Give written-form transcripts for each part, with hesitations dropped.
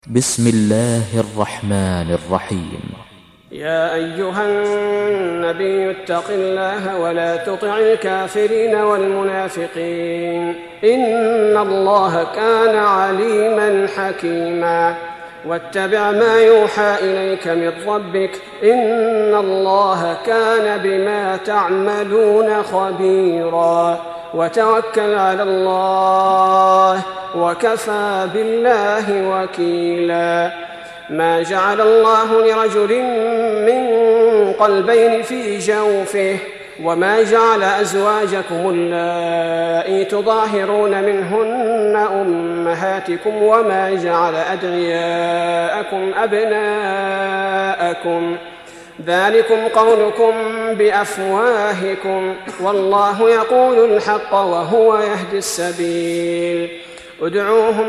بسم الله الرحمن الرحيم. يا أيها النبي اتق الله ولا تطع الكافرين والمنافقين إن الله كان عليما حكيما واتبع ما يوحى إليك من ربك إن الله كان بما تعملون خبيرا وتوكل على الله وكفى بالله وكيلا. ما جعل الله لرجل من قلبين في جوفه وما جعل أزواجكم اللائي تظاهرون منهن أمهاتكم وما جعل أدعياءكم أبناءكم ذلكم قولكم بأفواهكم والله يقول الحق وهو يهدي السبيل. ادعوهم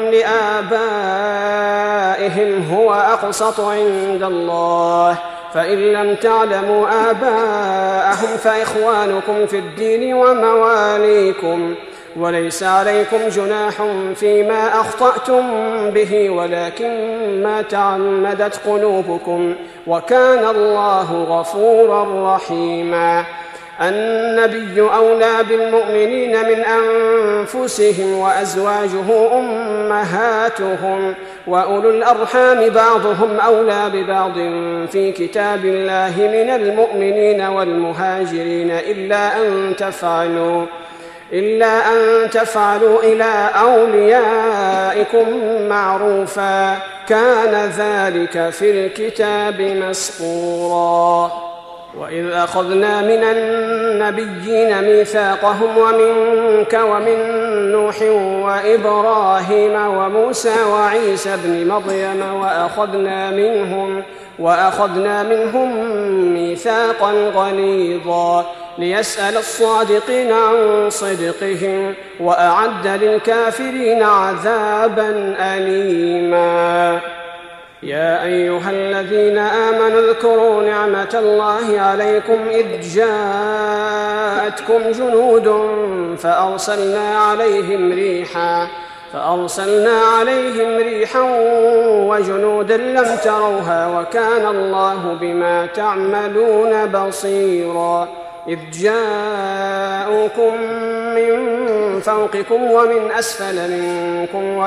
لآبائهم هو أقسط عند الله فإن لم تعلموا آباءهم فإخوانكم في الدين ومواليكم وليس عليكم جناح فيما أخطأتم به ولكن ما تعمدت قلوبكم وكان الله غفورا رحيما. النبي أولى بالمؤمنين من أنفسهم وأزواجه أمهاتهم وأولو الأرحام بعضهم أولى ببعض في كتاب الله من المؤمنين والمهاجرين إلا أن تفعلوا إلى أوليائكم معروفا كان ذلك في الكتاب مسطورا. وإذ أخذنا من النبيين ميثاقهم ومنك ومن نوح وإبراهيم وموسى وعيسى بن مريم وأخذنا منهم ميثاقا غليظا ليسأل الصادقين عن صدقهم وأعد للكافرين عذابا أليما. يا أيها الذين آمنوا اذكروا نعمة الله عليكم إذ جاءتكم جنود فأرسلنا عليهم ريحا وجنودا لم تروها وكان الله بما تعملون بصيرا. إذ جاءوكم من فوقكم ومن أسفل منكم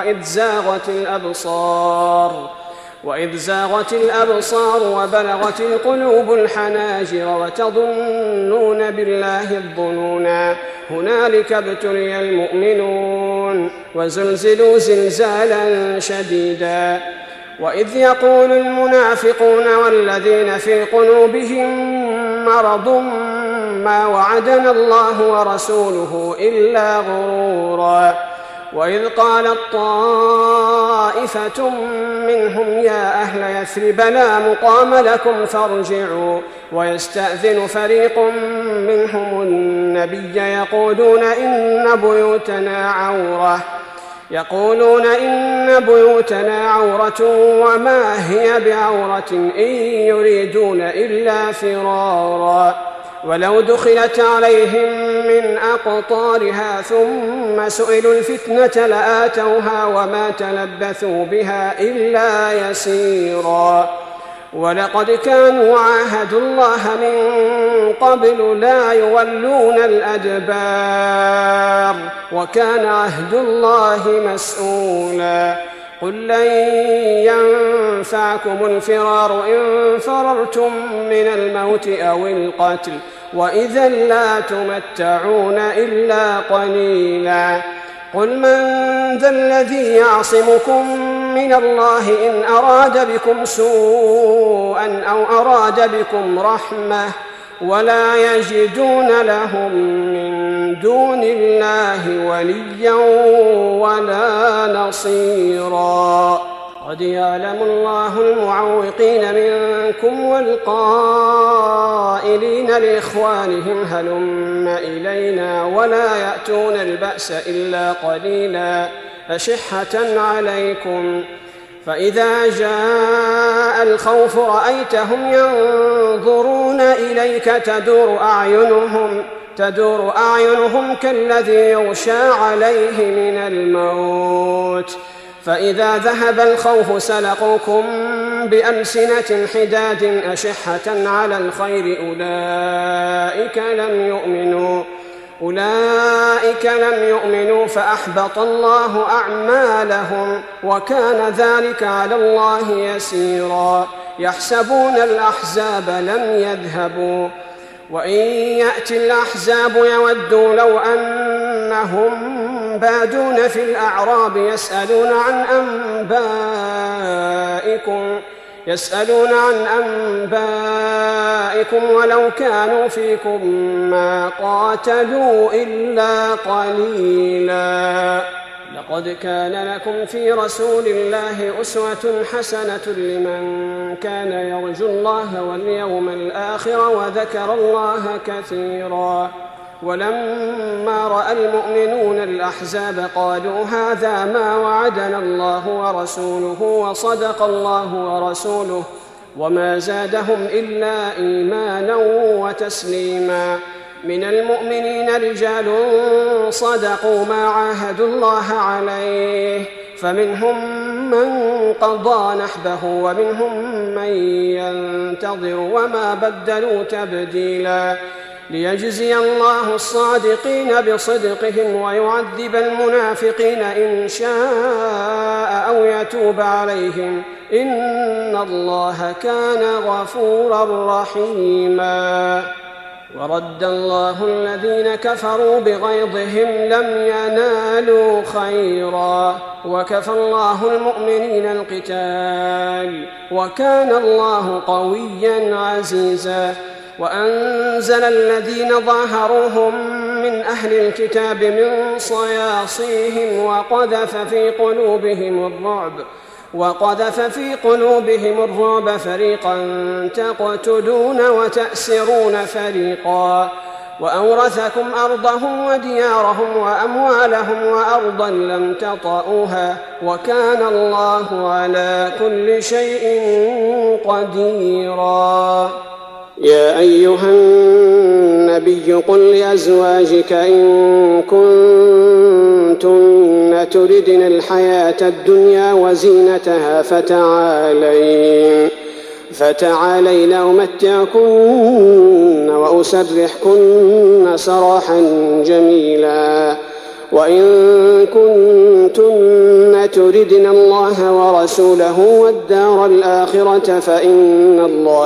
وإذ زاغت الأبصار وبلغت القلوب الحناجر وتظنون بالله الظنونا هنالك ابتلي المؤمنون وزلزلوا زلزالا شديدا. وإذ يقول المنافقون والذين في قلوبهم مرض ما وعدنا الله ورسوله إلا غرورا. وإذ قالت طائفة منهم يا أهل يثرب لا مقام لكم فارجعوا ويستأذن فريق منهم النبي يقولون إن بيوتنا عورة وما هي بعورة إن يريدون إلا فرارا. ولو دخلت عليهم من أقطارها ثم سئلوا الفتنة لآتوها وما تلبثوا بها إلا يسيرا. ولقد كانوا عاهدوا الله من قبل لا يولون الأدبار وكان عهد الله مسؤولا. قل لن ينفعكم الفرار إن فررتم من الموت أو القتل وإذا لا تمتعون إلا قليلا. قل من ذا الذي يعصمكم من الله إن أراد بكم سوءا أو أراد بكم رحمة ولا يجدون لهم من دون الله وليا ولا نصيرا. قد يعلم الله المعوقين منكم والقائلين لإخوانهم هلم إلينا ولا يأتون البأس إلا قليلا أشحة عليكم. فإذا جاء الخوف رأيتهم ينظرون إليك تدور أعينهم كالذي يغشى عليه من الموت فإذا ذهب الخوف سلقوكم بألسنة حداد أشحة على الخير أولئك لم يؤمنوا فأحبط الله أعمالهم وكان ذلك على الله يسيرا. يحسبون الأحزاب لم يذهبوا وإن يأتي الأحزاب يودوا لو أنهم بادون في الأعراب يسألون عن أنبائكم ولو كانوا فيكم ما قاتلوا إلا قليلا. لقد كان لكم في رسول الله أسوة حسنة لمن كان يرجو الله واليوم الآخر وذكر الله كثيرا. ولما رأى المؤمنون الأحزاب قالوا هذا ما وعدنا الله ورسوله وصدق الله ورسوله وما زادهم إلا إيمانا وتسليما. من المؤمنين رجال صدقوا ما عاهدوا الله عليه فمنهم من قضى نحبه ومنهم من ينتظر وما بدلوا تبديلا. ليجزي الله الصادقين بصدقهم ويعذب المنافقين إن شاء أو يتوب عليهم إن الله كان غفورا رحيما. ورد الله الذين كفروا بغيظهم لم ينالوا خيرا وكفى الله المؤمنين القتال وكان الله قويا عزيزا. وأنزل الذين ظاهروهم من أهل الكتاب من صياصيهم وقذف في قلوبهم الرعب فريقا تقتلون وتأسرون فريقا. وأورثكم أرضهم وديارهم وأموالهم وأرضا لم تطئوها وكان الله على كل شيء قديرا. يا أيها النبي قل لأزواجك إن كنتن تردن الحياة الدنيا وزينتها فتعالين أمتعكن وأسرحكن سراحا جميلا. وإن كنتن تردن الله ورسوله والدار الآخرة فإن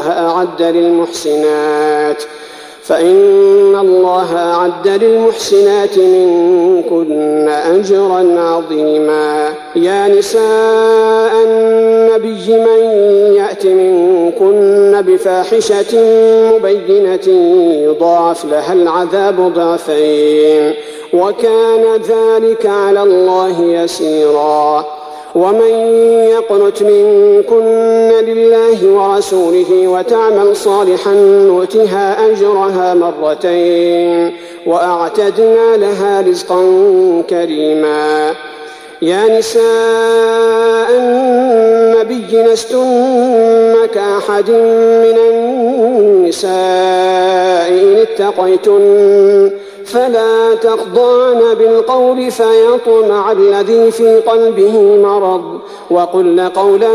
الله أعد للمحسنات منكن أجرا عظيما. يا نساء النبي من يأت منكن بفاحشة مبينة يضاعف لها العذاب ضعفين وكان ذلك على الله يسيرا. ومن يقنت منكن لله ورسوله وتعمل صالحا نؤتها أجرها مرتين وأعتدنا لها رزقا كريما. يا نساء النبي لستن كأحد من النساء إن اتقيتن فلا تخضعن بالقول فيطمع الذي في قلبه مرض وقلن قولا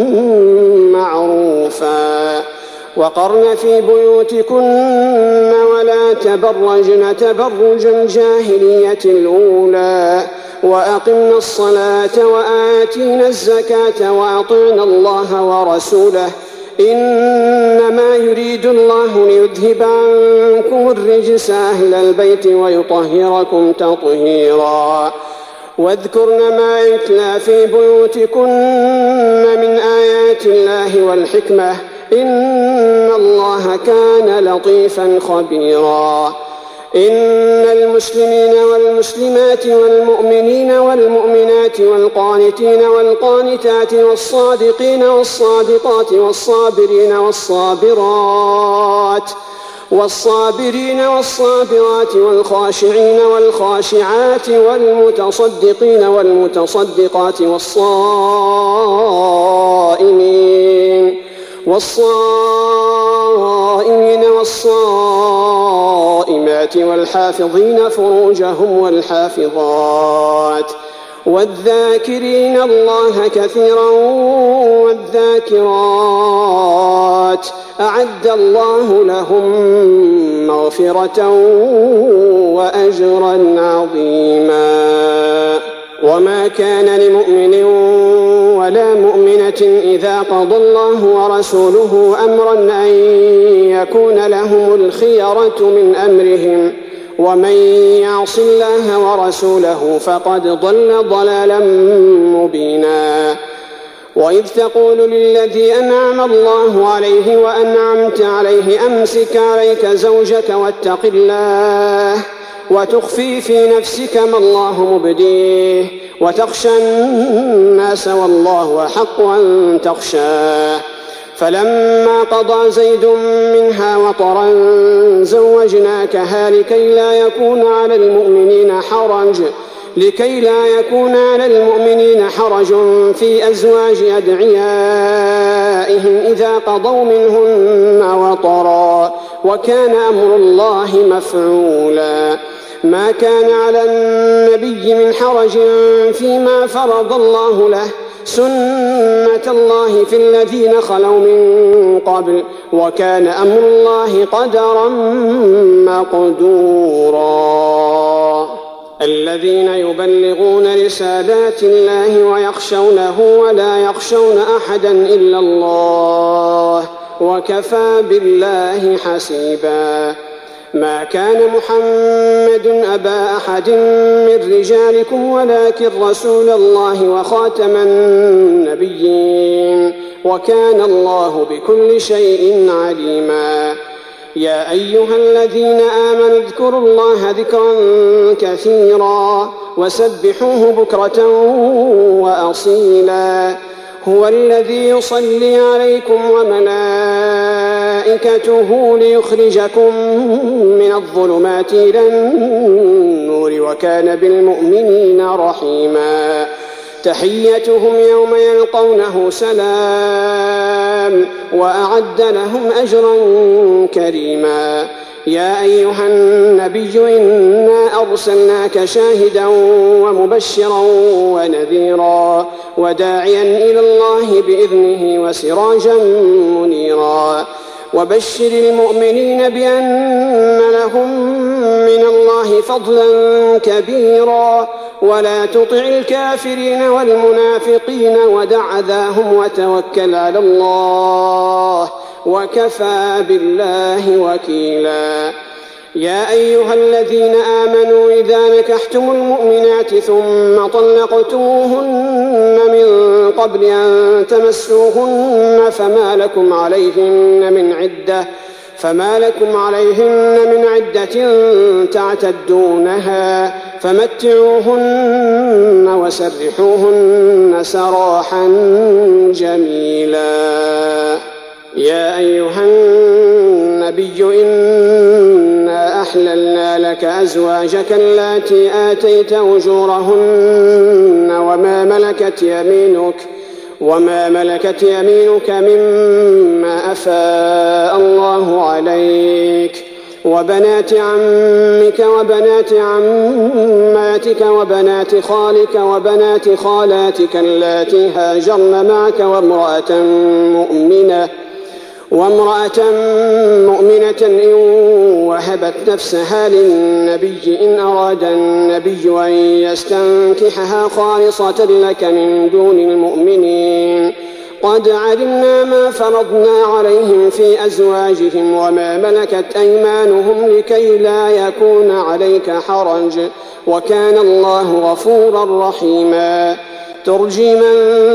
معروفا. وقرن في بيوتكن ولا تبرجن تبرج الجاهلية الأولى وأقمنا الصلاة وآتينا الزكاة وأطعنا الله ورسوله إنما يريد الله ليذهب عنكم الرجس أهل البيت ويطهركم تطهيرا. واذكرن ما يتلى في بيوتكن من آيات الله والحكمة إن الله كان لطيفا خبيرا. إن المسلمين والمسلمات والمؤمنين والمؤمنات والقانتين والقانتات والصادقين والصادقات والصابرين والصابرات والخاشعين والخاشعات والمتصدقين والمتصدقات والصائمين والصائمات والحافظين فروجهم والحافظات والذاكرين الله كثيرا والذاكرات أعد الله لهم مغفرة وأجرا عظيما. وما كان لمؤمن ولا مؤمنة إذا قضى الله ورسوله أمرا أن يكون لهم الخيرة من أمرهم ومن يعص الله ورسوله فقد ضل ضلالا مبينا. وإذ تقول للذي أنعم الله عليه وأنعمت عليه أمسك عليك زوجك واتق الله وتخفي في نفسك ما الله مبديه وتخشى الناس والله أحق أن تخشاه. فلما قضى زيد منها وطرا زوجناكها لكي لا يكون على المؤمنين حرج في أزواج أدعيائهم إذا قضوا منهن وطرا وكان أمر الله مفعولا. ما كان على النبي من حرج فيما فرض الله له سنة الله في الذين خلوا من قبل وكان أمر الله قدرا مقدورا. الذين يبلغون رسالات الله ويخشونه ولا يخشون أحدا إلا الله وكفى بالله حسيبا. ما كان محمد أبا أحد من رجالكم ولكن رسول الله وخاتم النبيين وكان الله بكل شيء عليما. يا أيها الذين آمنوا اذكروا الله ذكرا كثيرا وسبحوه بكرة وأصيلا. هو الذي يصلي عليكم وملائكته ليخرجكم من الظلمات إلى النور وكان بالمؤمنين رحيما. تحيتهم يوم يلقونه سلام وأعد لهم أجرا كريما. يا أيها النبي إنا أرسلناك شاهدا ومبشرا ونذيرا وداعيا إلى الله بإذنه وسراجا منيرا. وبشر المؤمنين بأن لهم من الله فضلا كبيرا ولا تطع الكافرين والمنافقين ودع أذاهم وتوكل على الله وكفى بالله وكيلا. يا أيها الذين آمنوا إذا نكحتم المؤمنات ثم طلقتموهن من قبل أن تمسوهن فما لكم عليهن من عدة تعتدونها فمتعوهن وسرحوهن سراحا جميلا. يا أيها النبي إنا أحللنا لك أزواجك اللاتي آتيت أجورهن وما ملكت يمينك مما أفاء الله عليك وبنات عمك وبنات عماتك وبنات خالك وبنات خالاتك اللاتي هاجرن معك وامرأة مؤمنة إن وهبت نفسها للنبي إن أراد النبي أن يستنكحها خالصة لك من دون المؤمنين. قد علمنا ما فرضنا عليهم في أزواجهم وما ملكت أيمانهم لكي لا يكون عليك حرج وكان الله غفورا رحيما. ترجي من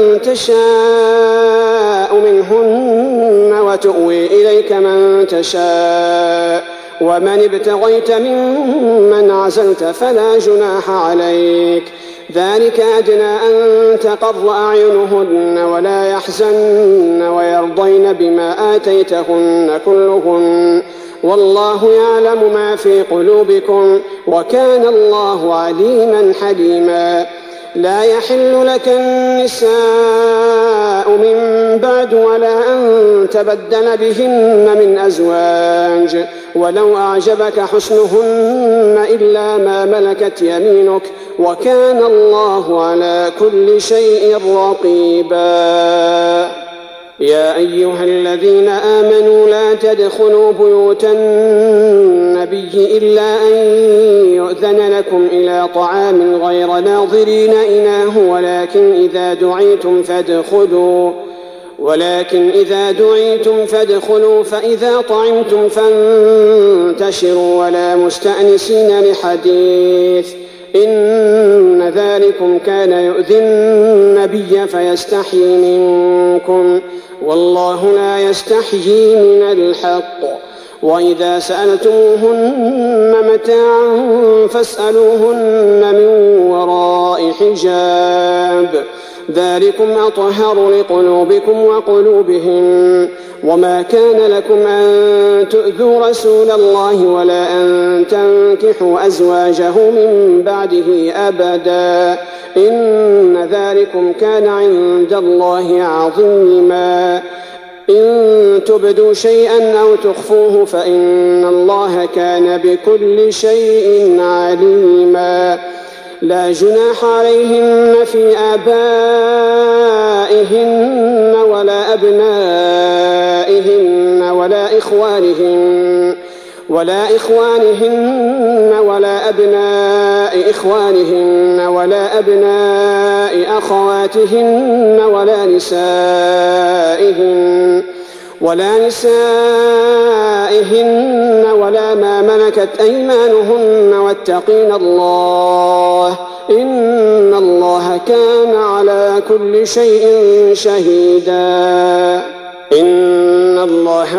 تشاء منهن وتؤوي إليك من تشاء ومن ابتغيت ممن عزلت فلا جناح عليك. ذلك أدنى أن تقر أعينهن ولا يحزن ويرضين بما آتيتهن كلهن والله يعلم ما في قلوبكم وكان الله عليما حليما. لا يحل لك النساء من بعد ولا أن تبدل بهن من أزواج ولو أعجبك حسنهن إلا ما ملكت يمينك وكان الله على كل شيء رقيبا. يا أيها الذين آمنوا لا تدخلوا بيوت النبي إلا أن يؤذن لكم إلى طعام غير ناظرين إناه ولكن إذا دعيتم فادخلوا فإذا طعمتم فانتشروا ولا مستأنسين لحديث إن ذلكم كان يؤذي النبي فيستحيي منكم والله لا يستحيي من الحق. وإذا سألتموهن متاعا فاسألوهن من وراء حجاب ذلكم أطهر لقلوبكم وقلوبهم. وما كان لكم أن تؤذوا رسول الله ولا أن تنكحوا أزواجه من بعده أبدا إن ذلكم كان عند الله عظيما. إن تبدوا شيئا أو تخفوه فإن الله كان بكل شيء عليما. لا جناح عليهن في آبائهن ولا أبنائهن ولا إخوانهن ولا أبناء إخوانهن ولا أبناء أخواتهن ولا نسائهن ولا ما ملكت أيمانهن واتقين الله إن الله كان على كل شيء شهيدا. إن الله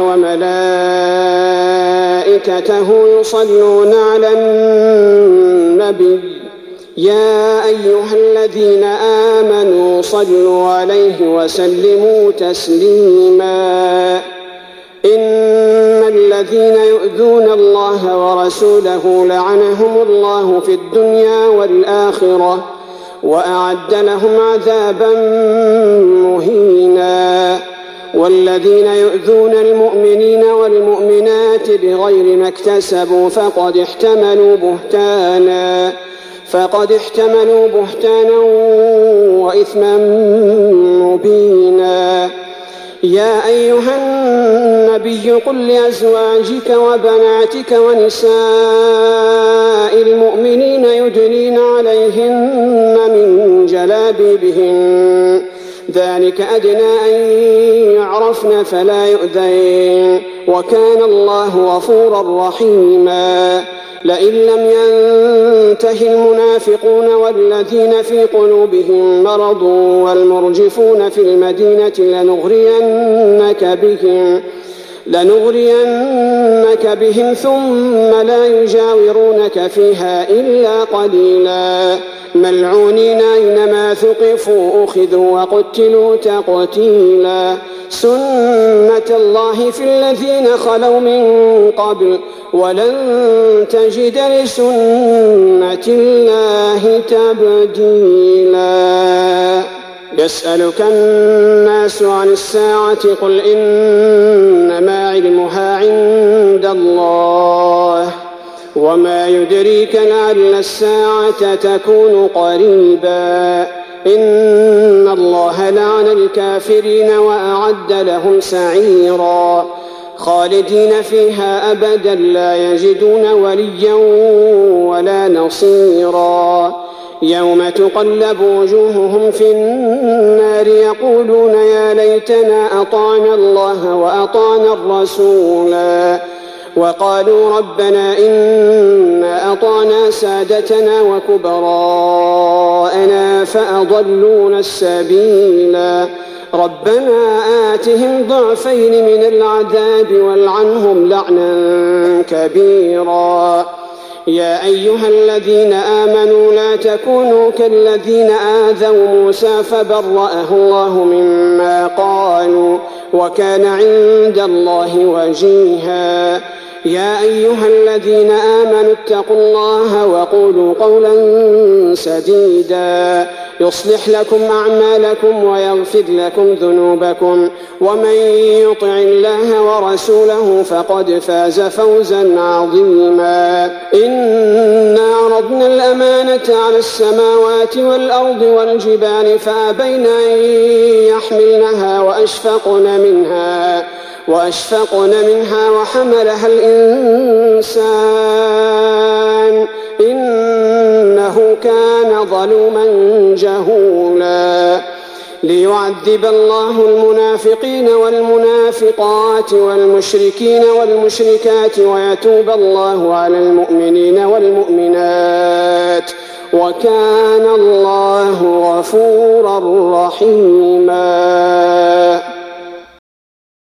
وملائكته يصلون على النبي يا أيها الذين آمنوا صلوا عليه وسلموا تسليما. إن الذين يؤذون الله ورسوله لعنهم الله في الدنيا والآخرة وأعد لهم عذابا مهينا. والذين يؤذون المؤمنين والمؤمنات بغير ما اكتسبوا فقد احتملوا بهتانا وإثما مبينا. يا أيها النبي قل لأزواجك وبناتك ونساء المؤمنين يدنين عليهن من جلابيبهن ذلك أدنى أن يعرفن فلا يؤذين وكان الله غفورا رحيما. لئن لم ينته المنافقون والذين في قلوبهم مرض والمرجفون في المدينة لنغرينك بهم ثم لا يجاورونك فيها إلا قليلا. ملعونين أينما ثقفوا أخذوا وقتلوا تقتيلا. سنة الله في الذين خلوا من قبل ولن تجد لسنة الله تبديلا. يسألك الناس عن الساعة قل إنما علمها عند الله وما يدريك لعل الساعة تكون قريبا. إن الله لعن الكافرين وأعد لهم سعيرا خالدين فيها أبدا لا يجدون وليا ولا نصيرا. يوم تقلب وجوههم في النار يقولون يا ليتنا أطعنا الله وأطعنا الرسولا وقالوا ربنا إنا أطعنا سادتنا وكبراءنا فأضلونا السبيلا. ربنا آتهم ضعفين من العذاب والعنهم لعنا كبيرا. يا أيها الذين آمنوا لا تكونوا كالذين آذوا موسى فبرأه الله مما قالوا وكان عند الله وجيها. يا أيها الذين آمنوا اتقوا الله وقولوا قولا سديدا يصلح لكم أعمالكم ويغفر لكم ذنوبكم ومن يطع الله ورسوله فقد فاز فوزا عظيما إنا عرضنا الأمانة على السماوات والأرض والجبال فأبين أن يحملنها وأشفقن منها وحملها الإنسان إنه كان ظلوما جهولا ليعذب الله المنافقين والمنافقات والمشركين والمشركات ويتوب الله على المؤمنين والمؤمنات وكان الله غفورا رحيما.